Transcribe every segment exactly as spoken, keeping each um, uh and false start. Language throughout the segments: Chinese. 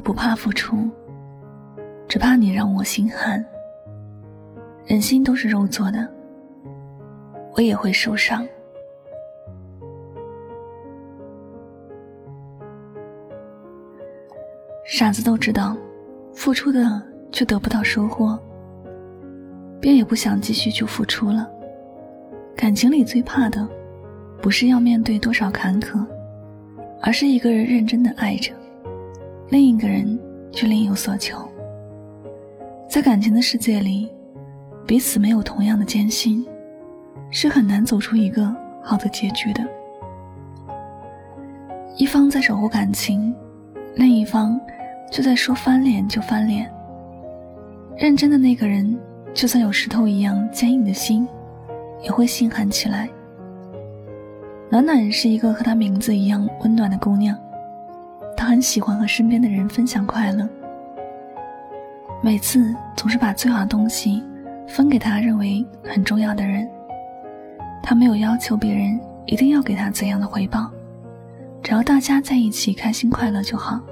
不怕付出，只怕你让我心寒。人心都是肉做的，我也会受伤。傻子都知道，付出的却得不到收获，便也不想继续去付出了。感情里最怕的，不是要面对多少坎坷，而是一个人认真的爱着，另一个人却另有所求。在感情的世界里，彼此没有同样的艰辛，是很难走出一个好的结局的。一方在守护感情，另一方就在说翻脸就翻脸。认真的那个人，就算有石头一样坚硬的心，也会心寒起来。暖暖是一个和她名字一样温暖的姑娘，她很喜欢和身边的人分享快乐，每次总是把最好的东西分给她认为很重要的人。她没有要求别人一定要给她怎样的回报，只要大家在一起开心快乐就好。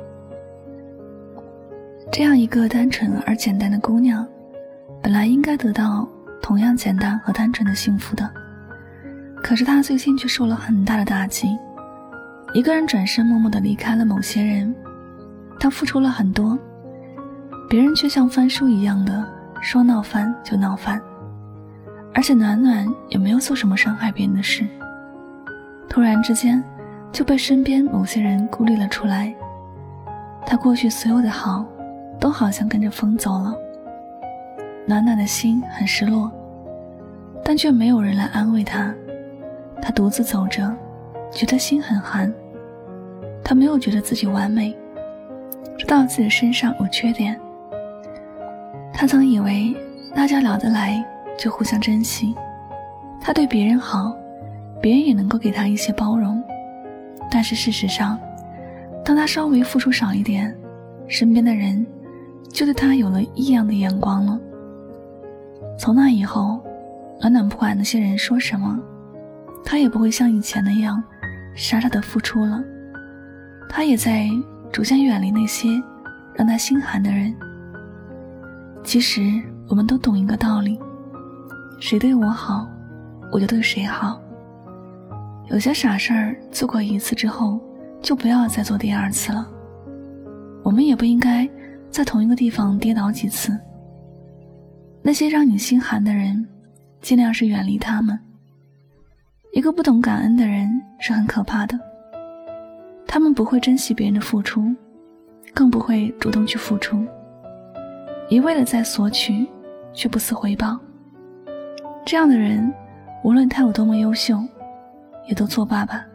这样一个单纯而简单的姑娘，本来应该得到同样简单和单纯的幸福的，可是她最近却受了很大的打击。一个人转身默默地离开了某些人，她付出了很多，别人却像翻书一样的说闹翻就闹翻，而且暖暖也没有做什么伤害别人的事，突然之间就被身边某些人孤立了出来。她过去所有的好都好像跟着风走了，暖暖的心很失落，但却没有人来安慰她。她独自走着，觉得心很寒。她没有觉得自己完美，知道自己身上有缺点。她曾以为大家聊得来就互相珍惜，她对别人好，别人也能够给她一些包容。但是事实上，当她稍微付出少一点，身边的人就对她有了异样的眼光了。从那以后，暖暖不管那些人说什么，她也不会像以前那样傻傻的付出了。她也在逐渐远离那些让她心寒的人。其实我们都懂一个道理，谁对我好，我就对谁好。有些傻事儿做过一次之后，就不要再做第二次了。我们也不应该在同一个地方跌倒几次。那些让你心寒的人，尽量是远离他们。一个不懂感恩的人是很可怕的，他们不会珍惜别人的付出，更不会主动去付出，一味地在索取，却不思回报。这样的人，无论他有多么优秀，也都作罢吧。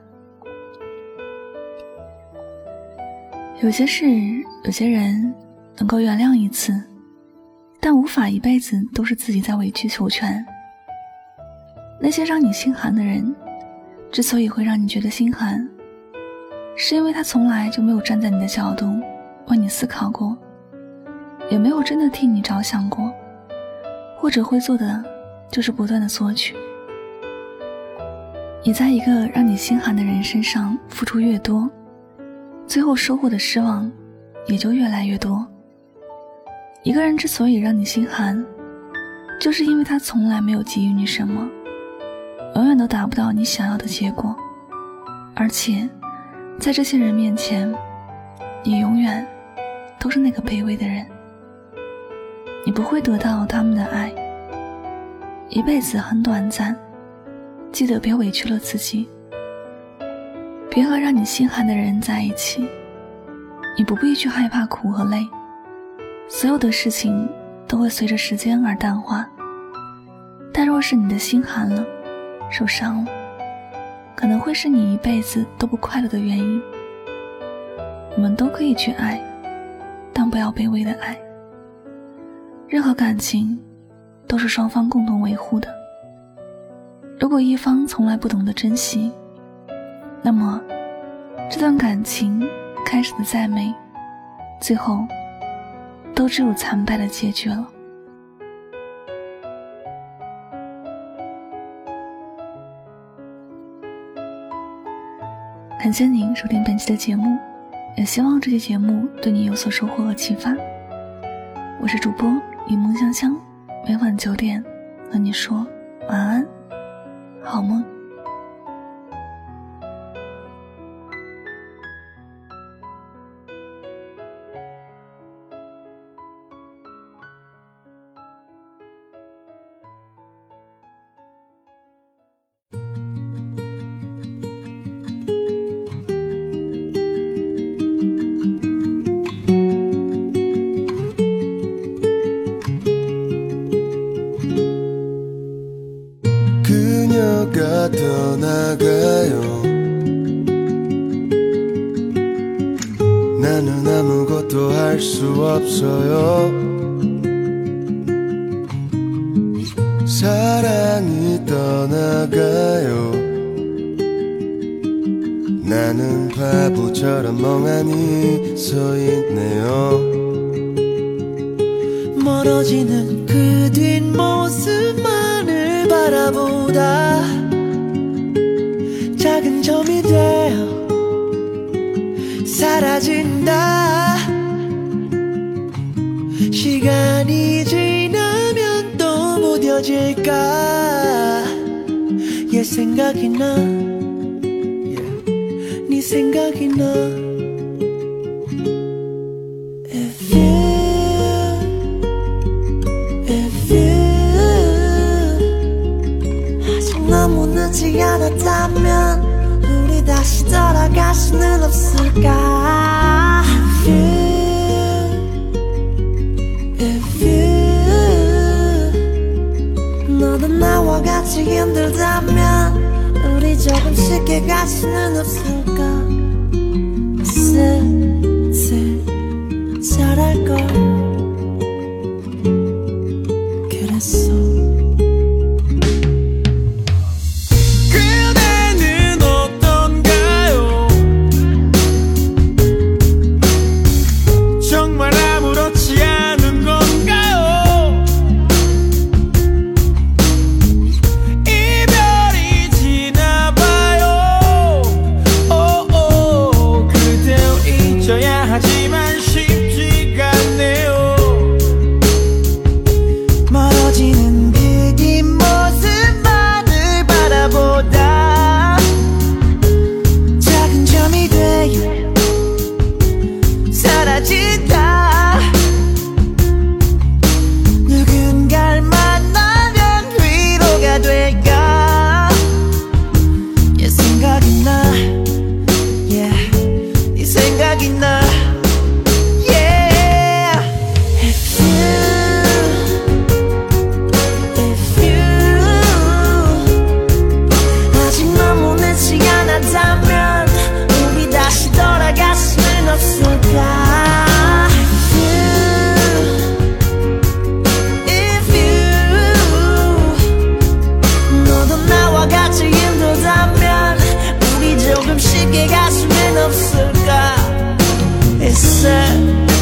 有些事，有些人能够原谅一次，但无法一辈子都是自己在委曲求全。那些让你心寒的人，之所以会让你觉得心寒，是因为他从来就没有站在你的角度为你思考过，也没有真的替你着想过，或者会做的就是不断的索取。你在一个让你心寒的人身上付出越多，最后收获的失望也就越来越多。一个人之所以让你心寒，就是因为他从来没有给予你什么，永远都达不到你想要的结果，而且在这些人面前，你永远都是那个卑微的人。你不会得到他们的爱，一辈子很短暂，记得别委屈了自己，别和让你心寒的人在一起。你不必去害怕苦和累，所有的事情都会随着时间而淡化。但若是你的心寒了，受伤了，可能会是你一辈子都不快乐的原因。我们都可以去爱，但不要卑微的爱。任何感情都是双方共同维护的，如果一方从来不懂得珍惜，那么这段感情开始的再美，最后都只有惨败的结局了。感谢您收听本期的节目， 也希望这期节目对你有所收获和启发。我是主播与梦香香，每晚九点和你说晚安，好梦。 떠나가요. 나는 아무것도 할 수 없어요. 사랑이 떠나가요. 나는 바보처럼 멍하니 서 있네요. 멀어지는 그 뒷모습만을 바라보다 작은 점이 되어 사라진다. 시간이 지나면 또 무뎌질까. 얘 생각이 나, yeah. 네 생각이 나. If you, if you 아직 너무 늦지 않았다면 우리 다시 돌아갈 수는 없을까. If you, if you 너도 나와 같이 힘들다면 우리 조금 쉽게 갈 수는 없을까. 슬슬 잘할걸. 그랬어. 누군가를 만나면 위로가 될까. 얘 생각이 나, yeah. 네 생각이 나, yeah. If you, if you 아직 너무 늦지 않았다면 우리 다시 돌아갈 수는 없을까. 쉽게 갈 수는 없을까. 슬슬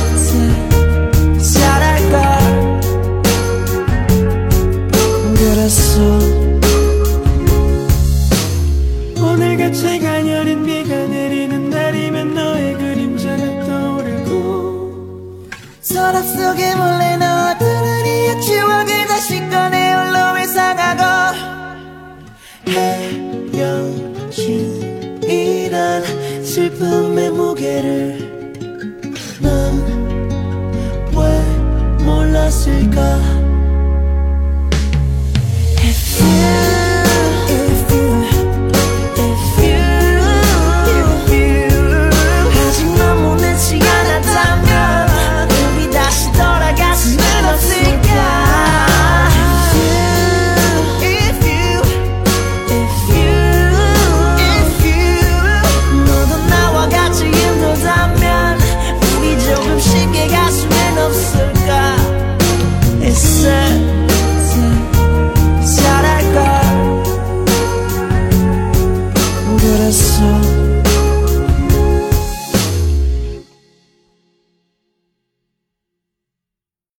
잘할걸. 그랬어. 오늘같이 가녀린 비가 내리는 날이면 너의 그림자가 떠오르고 서랍 속에 몰래 넣어두는 이 추억을 다시 꺼내 홀로 회상하고 헤어진 이런 슬픔의 무게를 난 왜 몰랐을까. If you, if you, if you, if you 아직 너무 늦지 않았다면 우리 다시 돌아갈 수는 없을까. 쉽게 갈 수는 없을까. It's